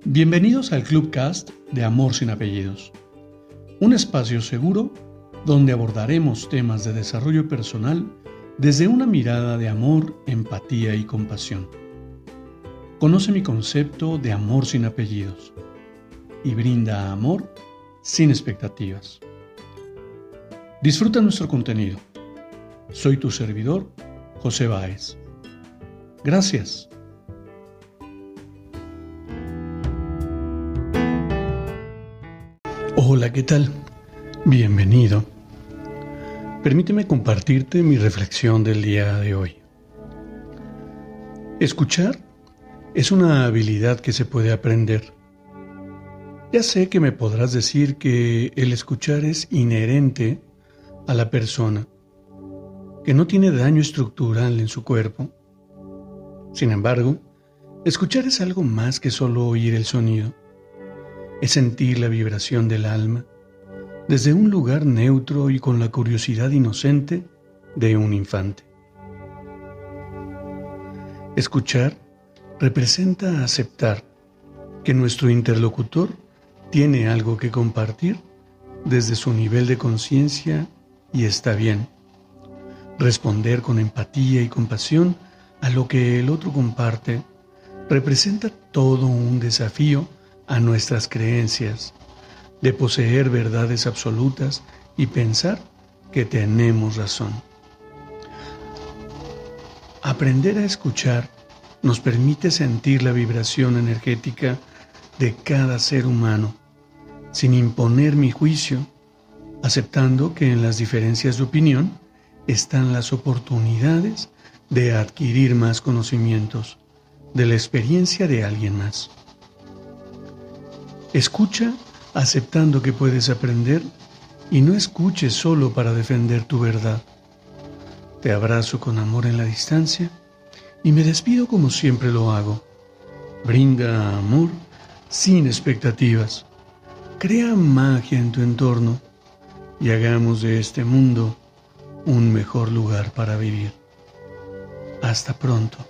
Bienvenidos al Clubcast de Amor sin Apellidos, un espacio seguro donde abordaremos temas de desarrollo personal desde una mirada de amor, empatía y compasión. Conoce mi concepto de amor sin apellidos y brinda amor sin expectativas. Disfruta nuestro contenido. Soy tu servidor, José Báez. Gracias. Hola, ¿qué tal? Bienvenido. Permíteme compartirte mi reflexión del día de hoy. Escuchar es una habilidad que se puede aprender. Ya sé que me podrás decir que el escuchar es inherente a la persona, que no tiene daño estructural en su cuerpo. Sin embargo, escuchar es algo más que solo oír el sonido. Es sentir la vibración del alma desde un lugar neutro y con la curiosidad inocente de un infante. Escuchar representa aceptar que nuestro interlocutor tiene algo que compartir desde su nivel de conciencia y está bien. Responder con empatía y compasión a lo que el otro comparte representa todo un desafío a nuestras creencias, de poseer verdades absolutas y pensar que tenemos razón. Aprender a escuchar nos permite sentir la vibración energética de cada ser humano, sin imponer mi juicio, aceptando que en las diferencias de opinión están las oportunidades de adquirir más conocimientos de la experiencia de alguien más. Escucha aceptando que puedes aprender y no escuches solo para defender tu verdad. Te abrazo con amor en la distancia y me despido como siempre lo hago. Brinda amor sin expectativas. Crea magia en tu entorno y hagamos de este mundo un mejor lugar para vivir. Hasta pronto.